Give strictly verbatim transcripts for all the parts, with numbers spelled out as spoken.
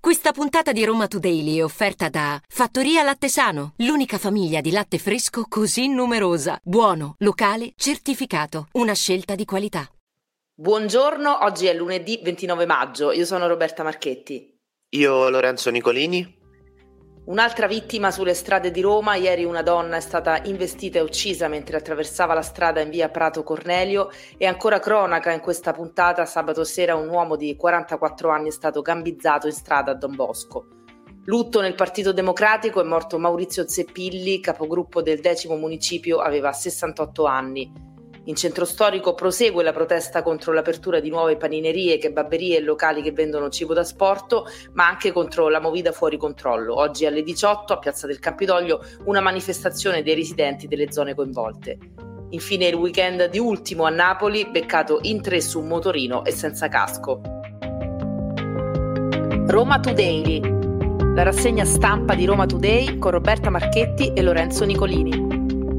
Questa puntata di Roma Today è offerta da Fattoria Latte Sano, l'unica famiglia di latte fresco così numerosa. Buono, locale, certificato. Una scelta di qualità. Buongiorno, oggi è lunedì ventinove maggio. Io sono Roberta Marchetti. Io Lorenzo Nicolini. Un'altra vittima sulle strade di Roma. Ieri una donna è stata investita e uccisa mentre attraversava la strada in via Prato Cornelio. E ancora cronaca in questa puntata: sabato sera un uomo di quarantaquattro anni è stato gambizzato in strada a Don Bosco. Lutto nel Partito Democratico, è morto Maurizio Zeppilli, capogruppo del decimo municipio, aveva sessantotto anni. In centro storico prosegue la protesta contro l'apertura di nuove paninerie, kebaberie e locali che vendono cibo da asporto, ma anche contro la movida fuori controllo. Oggi alle diciotto a Piazza del Campidoglio una manifestazione dei residenti delle zone coinvolte. Infine il weekend di Ultimo a Napoli, beccato in tre su un motorino e senza casco. Roma Today, la rassegna stampa di Roma Today con Roberta Marchetti e Lorenzo Nicolini.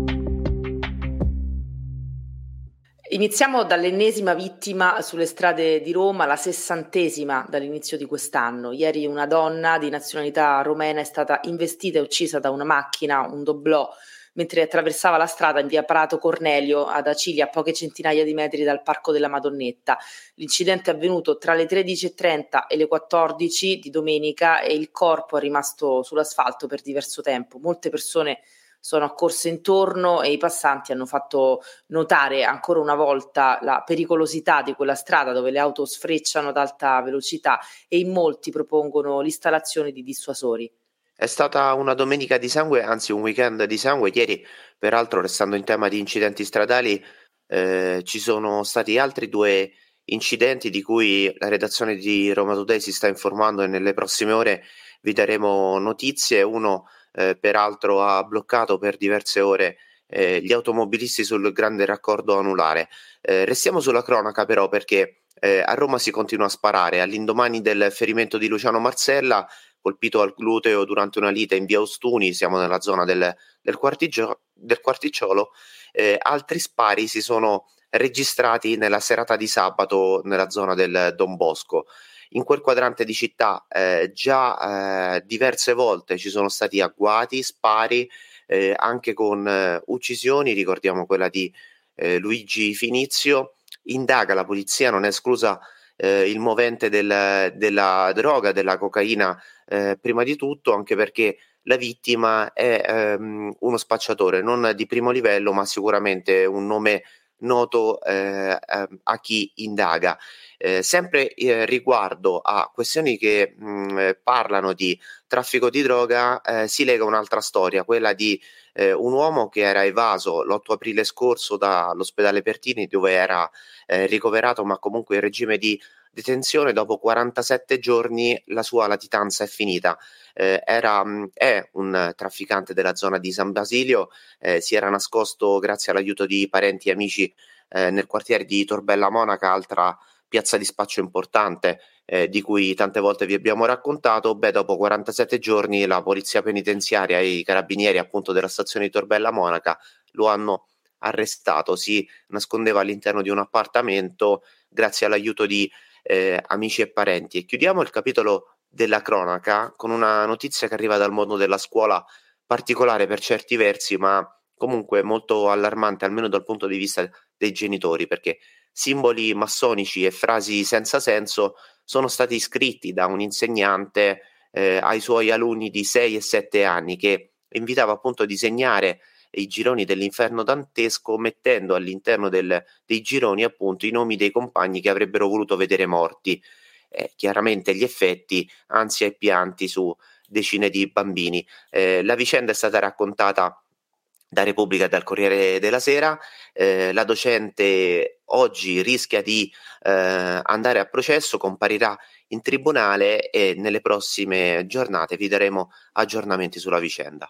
Iniziamo dall'ennesima vittima sulle strade di Roma, la sessantesima dall'inizio di quest'anno. Ieri una donna di nazionalità romena è stata investita e uccisa da una macchina, un doblò, mentre attraversava la strada in via Prato Cornelio ad Acilia, a poche centinaia di metri dal Parco della Madonnetta. L'incidente è avvenuto tra le tredici e trenta e le quattordici di domenica e il corpo è rimasto sull'asfalto per diverso tempo. Molte persone sono accorse intorno e i passanti hanno fatto notare ancora una volta la pericolosità di quella strada dove le auto sfrecciano ad alta velocità e in molti propongono l'installazione di dissuasori. È stata una domenica di sangue, anzi un weekend di sangue. Ieri, peraltro, restando in tema di incidenti stradali, eh, ci sono stati altri due incidenti di cui la redazione di Roma Today si sta informando e nelle prossime ore vi daremo notizie. Uno Eh, peraltro ha bloccato per diverse ore eh, gli automobilisti sul grande raccordo anulare. Eh, restiamo sulla cronaca però, perché eh, a Roma si continua a sparare. All'indomani del ferimento di Luciano Marsella, colpito al gluteo durante una lite in via Ostuni, siamo nella zona del, del, quartigio, del quarticciolo, eh, altri spari si sono registrati nella serata di sabato nella zona del Don Bosco. In quel quadrante di città eh, già eh, diverse volte ci sono stati agguati, spari, eh, anche con eh, uccisioni. Ricordiamo quella di eh, Luigi Finizio. Indaga la polizia, non è esclusa eh, il movente del, della droga, della cocaina, eh, prima di tutto, anche perché la vittima è ehm, uno spacciatore, non di primo livello, ma sicuramente un nome noto eh, a chi indaga. Eh, sempre eh, riguardo a questioni che mh, parlano di traffico di droga, eh, si lega un'altra storia, quella di eh, un uomo che era evaso l'otto aprile scorso dall'ospedale Pertini, dove era eh, ricoverato, ma comunque in regime di detenzione. Dopo quarantasette giorni la sua latitanza è finita. Eh, era, mh, è un trafficante della zona di San Basilio, eh, si era nascosto grazie all'aiuto di parenti e amici eh, nel quartiere di Torbella Monaca, altra piazza di spaccio importante eh, di cui tante volte vi abbiamo raccontato. Beh, dopo quarantasette giorni la polizia penitenziaria e i carabinieri appunto della stazione di Torbella Monaca lo hanno arrestato. Si nascondeva all'interno di un appartamento grazie all'aiuto di eh, amici e parenti. E chiudiamo il capitolo della cronaca con una notizia che arriva dal mondo della scuola, particolare per certi versi, ma comunque molto allarmante, almeno dal punto di vista dei genitori, perché simboli massonici e frasi senza senso sono stati scritti da un insegnante eh, ai suoi alunni di sei e sette anni, che invitava appunto a disegnare i gironi dell'inferno dantesco, mettendo all'interno del, dei gironi appunto i nomi dei compagni che avrebbero voluto vedere morti. Eh, chiaramente gli effetti, ansia e pianti su decine di bambini. Eh, la vicenda è stata raccontata da Repubblica e dal Corriere della Sera. Eh, la docente oggi rischia di eh, andare a processo, comparirà in tribunale e nelle prossime giornate vi daremo aggiornamenti sulla vicenda.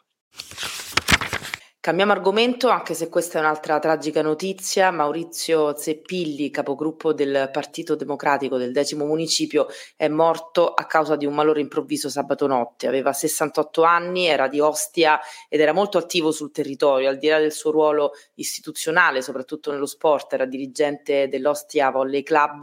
Cambiamo argomento, anche se questa è un'altra tragica notizia. Maurizio Zeppilli, capogruppo del Partito Democratico del decimo municipio, è morto a causa di un malore improvviso sabato notte. Aveva sessantotto anni, era di Ostia ed era molto attivo sul territorio. Al di là del suo ruolo istituzionale, soprattutto nello sport, era dirigente dell'Ostia Volley Club,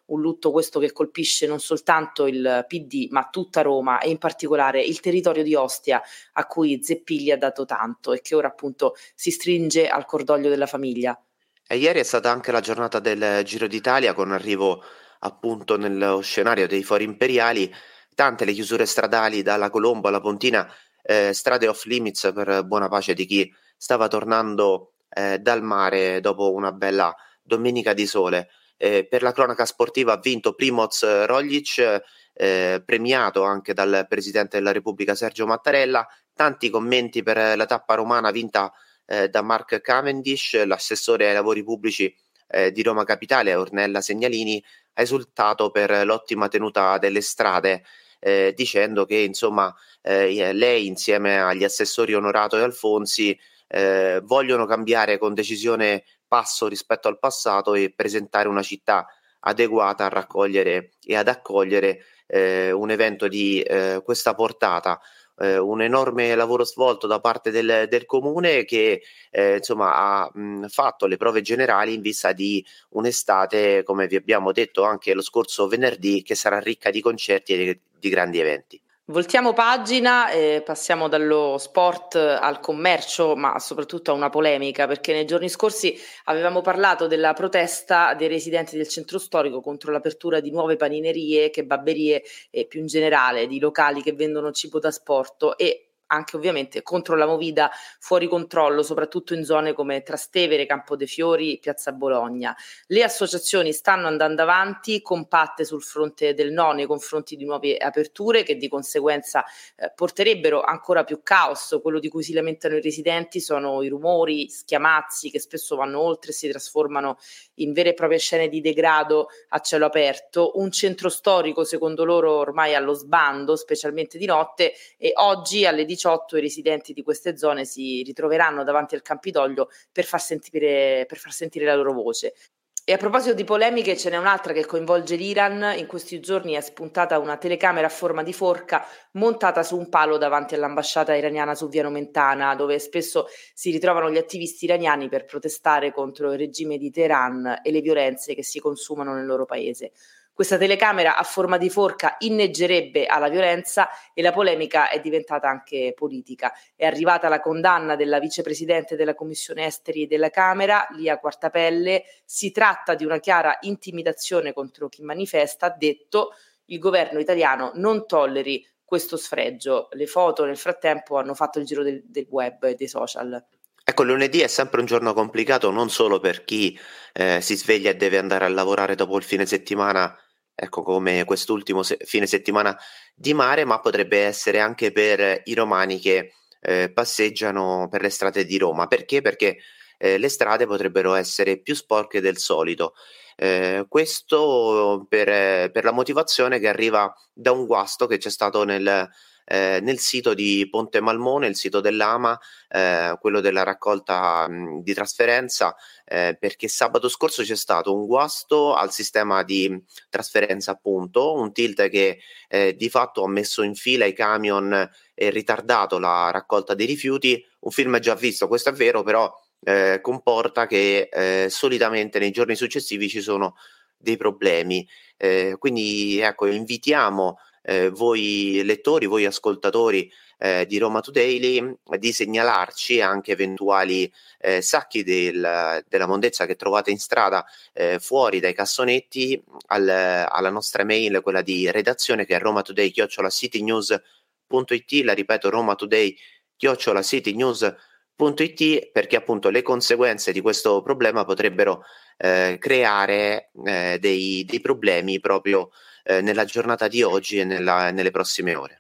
un lutto questo che colpisce non soltanto il P D ma tutta Roma e in particolare il territorio di Ostia a cui Zeppili ha dato tanto e che ora appunto si stringe al cordoglio della famiglia. E ieri è stata anche la giornata del Giro d'Italia con arrivo appunto nello scenario dei fori imperiali, tante le chiusure stradali dalla Colombo alla Pontina, eh, strade off limits per buona pace di chi stava tornando eh, dal mare dopo una bella domenica di sole. Eh, per la cronaca sportiva ha vinto Primoz Roglic, eh, premiato anche dal Presidente della Repubblica Sergio Mattarella, tanti commenti per la tappa romana vinta eh, da Mark Cavendish, l'assessore ai lavori pubblici eh, di Roma Capitale, Ornella Segnalini, ha esultato per l'ottima tenuta delle strade, eh, dicendo che insomma eh, lei insieme agli assessori Onorato e Alfonsi eh, vogliono cambiare con decisione passo rispetto al passato e presentare una città adeguata a raccogliere e ad accogliere eh, un evento di eh, questa portata. Eh, un enorme lavoro svolto da parte del, del comune che eh, insomma ha mh, fatto le prove generali in vista di un'estate, come vi abbiamo detto anche lo scorso venerdì, che sarà ricca di concerti e di, di grandi eventi. Voltiamo pagina e passiamo dallo sport al commercio, ma soprattutto a una polemica, perché nei giorni scorsi avevamo parlato della protesta dei residenti del centro storico contro l'apertura di nuove paninerie, kebabberie e più in generale di locali che vendono cibo da asporto e anche ovviamente contro la movida fuori controllo, soprattutto in zone come Trastevere, Campo dei Fiori, Piazza Bologna. Le associazioni stanno andando avanti, compatte sul fronte del no nei confronti di nuove aperture che di conseguenza eh, porterebbero ancora più caos. Quello di cui si lamentano i residenti sono i rumori, schiamazzi che spesso vanno oltre e si trasformano in vere e proprie scene di degrado a cielo aperto, un centro storico secondo loro ormai allo sbando, specialmente di notte, e oggi alle diciotto i residenti di queste zone si ritroveranno davanti al Campidoglio per far sentire, per far sentire la loro voce. E a proposito di polemiche ce n'è un'altra che coinvolge l'Iran. In questi giorni è spuntata una telecamera a forma di forca montata su un palo davanti all'ambasciata iraniana su Via Nomentana, dove spesso si ritrovano gli attivisti iraniani per protestare contro il regime di Teheran e le violenze che si consumano nel loro paese. Questa telecamera a forma di forca inneggerebbe alla violenza e la polemica è diventata anche politica. È arrivata la condanna della vicepresidente della Commissione Esteri della Camera, Lia Quartapelle. Si tratta di una chiara intimidazione contro chi manifesta, ha detto. Il governo italiano non tolleri questo sfregio. Le foto nel frattempo hanno fatto il giro del, del web e dei social. Ecco, lunedì è sempre un giorno complicato non solo per chi eh, si sveglia e deve andare a lavorare dopo il fine settimana, ecco come quest'ultimo se- fine settimana di mare, ma potrebbe essere anche per i romani che eh, passeggiano per le strade di Roma. Perché? Perché eh, le strade potrebbero essere più sporche del solito. Eh, questo per, per la motivazione che arriva da un guasto che c'è stato nel... Eh, nel sito di Ponte Malmone, il sito dell'Ama, eh, quello della raccolta mh, di trasferenza, eh, perché sabato scorso c'è stato un guasto al sistema di trasferenza, appunto, un tilt che eh, di fatto ha messo in fila i camion e ritardato la raccolta dei rifiuti. Un film già visto, questo è vero, però eh, comporta che eh, solitamente nei giorni successivi ci sono dei problemi. Eh, quindi ecco, invitiamo Eh, voi lettori, voi ascoltatori eh, di Roma Today di segnalarci anche eventuali eh, sacchi del, della mondezza che trovate in strada eh, fuori dai cassonetti al, alla nostra mail, quella di redazione, che è romatoday chiocciola citynews punto it, la ripeto, romatoday chiocciola citynews punto it, perché appunto le conseguenze di questo problema potrebbero eh, creare eh, dei, dei problemi proprio eh, nella giornata di oggi e nella, nelle prossime ore.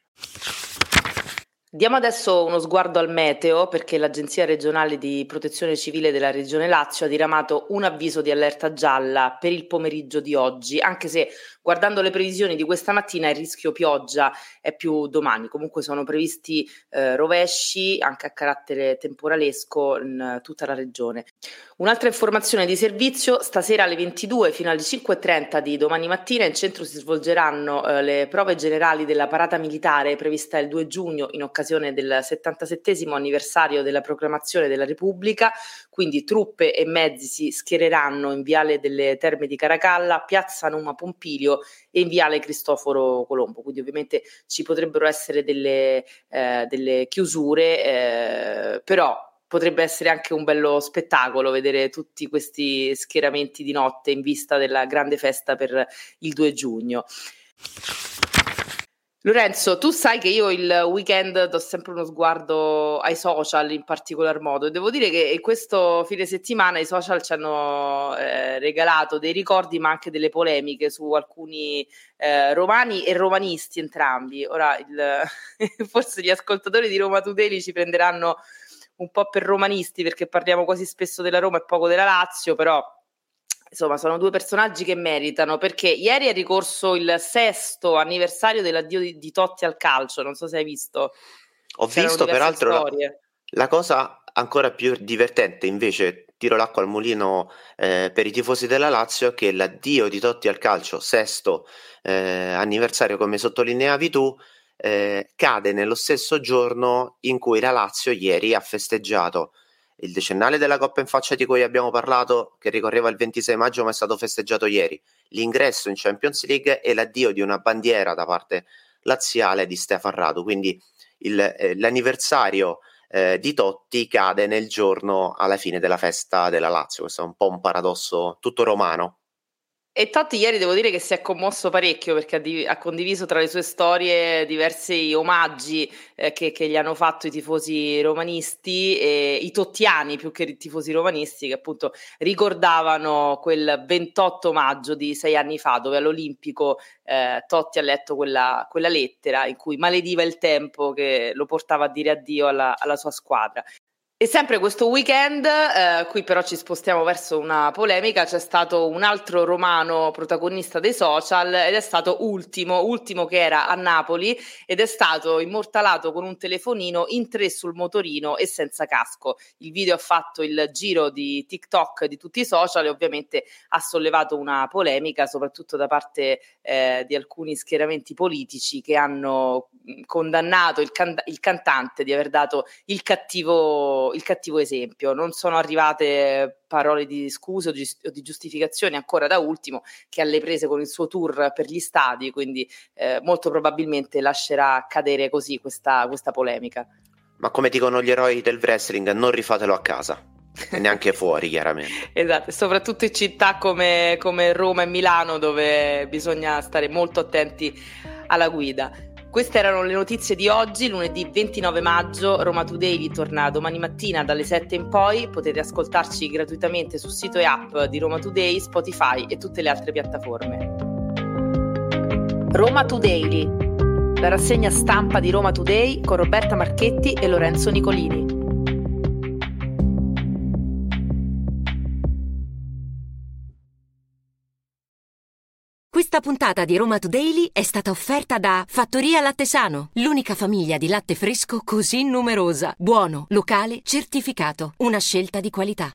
Diamo adesso uno sguardo al meteo, perché l'Agenzia regionale di protezione civile della Regione Lazio ha diramato un avviso di allerta gialla per il pomeriggio di oggi, anche se guardando le previsioni di questa mattina il rischio pioggia è più domani. Comunque sono previsti eh, rovesci anche a carattere temporalesco in tutta la regione. Un'altra informazione di servizio: stasera alle ventidue fino alle cinque e trenta di domani mattina in centro si svolgeranno eh, le prove generali della parata militare prevista il due giugno in occasione occasione del settantasettesimo anniversario della proclamazione della Repubblica, quindi truppe e mezzi si schiereranno in Viale delle Terme di Caracalla, Piazza Numa Pompilio e in Viale Cristoforo Colombo, quindi ovviamente ci potrebbero essere delle, eh, delle chiusure, eh, però potrebbe essere anche un bello spettacolo vedere tutti questi schieramenti di notte in vista della grande festa per il due giugno. Lorenzo, tu sai che io il weekend do sempre uno sguardo ai social in particolar modo e devo dire che questo fine settimana i social ci hanno eh, regalato dei ricordi ma anche delle polemiche su alcuni eh, romani e romanisti entrambi. Ora il, forse gli ascoltatori di Roma Today ci prenderanno un po' per romanisti perché parliamo quasi spesso della Roma e poco della Lazio, però insomma sono due personaggi che meritano, perché ieri è ricorso il sesto anniversario dell'addio di, di Totti al calcio, non so se hai visto. Ho C'erano visto peraltro la, la cosa ancora più divertente, invece tiro l'acqua al mulino eh, per i tifosi della Lazio, che l'addio di Totti al calcio, sesto eh, anniversario come sottolineavi tu, eh, cade nello stesso giorno in cui la Lazio ieri ha festeggiato il decennale della Coppa in Faccia di cui abbiamo parlato, che ricorreva il ventisei maggio ma è stato festeggiato ieri, l'ingresso in Champions League e l'addio di una bandiera da parte laziale di Stefan Radu, quindi il, eh, l'anniversario eh, di Totti cade nel giorno alla fine della festa della Lazio. Questo è un po' un paradosso tutto romano. E Totti ieri devo dire che si è commosso parecchio perché ha, di- ha condiviso tra le sue storie diversi omaggi eh, che, che gli hanno fatto i tifosi romanisti, e i tottiani più che i tifosi romanisti, che appunto ricordavano quel ventotto maggio di sei anni fa, dove all'Olimpico eh, Totti ha letto quella, quella lettera in cui malediva il tempo che lo portava a dire addio alla, alla sua squadra. E sempre questo weekend, eh, qui però ci spostiamo verso una polemica, c'è stato un altro romano protagonista dei social ed è stato Ultimo, Ultimo che era a Napoli ed è stato immortalato con un telefonino in tre sul motorino e senza casco. Il video ha fatto il giro di TikTok, di tutti i social, e ovviamente ha sollevato una polemica, soprattutto da parte eh, di alcuni schieramenti politici che hanno condannato il, can- il cantante di aver dato il cattivo il cattivo esempio. Non sono arrivate parole di scuse o di, o di giustificazioni ancora da Ultimo, che alle prese con il suo tour per gli stadi, quindi eh, molto probabilmente lascerà cadere così questa, questa polemica. Ma come dicono gli eroi del wrestling, non rifatelo a casa e neanche fuori, chiaramente. Esatto, soprattutto in città come, come Roma e Milano, dove bisogna stare molto attenti alla guida. Queste erano le notizie di oggi, lunedì ventinove maggio. Roma Today torna domani mattina dalle sette in poi. Potete ascoltarci gratuitamente sul sito e app di Roma Today, Spotify e tutte le altre piattaforme. Roma Today, la rassegna stampa di Roma Today con Roberta Marchetti e Lorenzo Nicolini. Questa puntata di Roma Today è stata offerta da Fattoria Latte Sano, l'unica famiglia di latte fresco così numerosa, buono, locale, certificato, una scelta di qualità.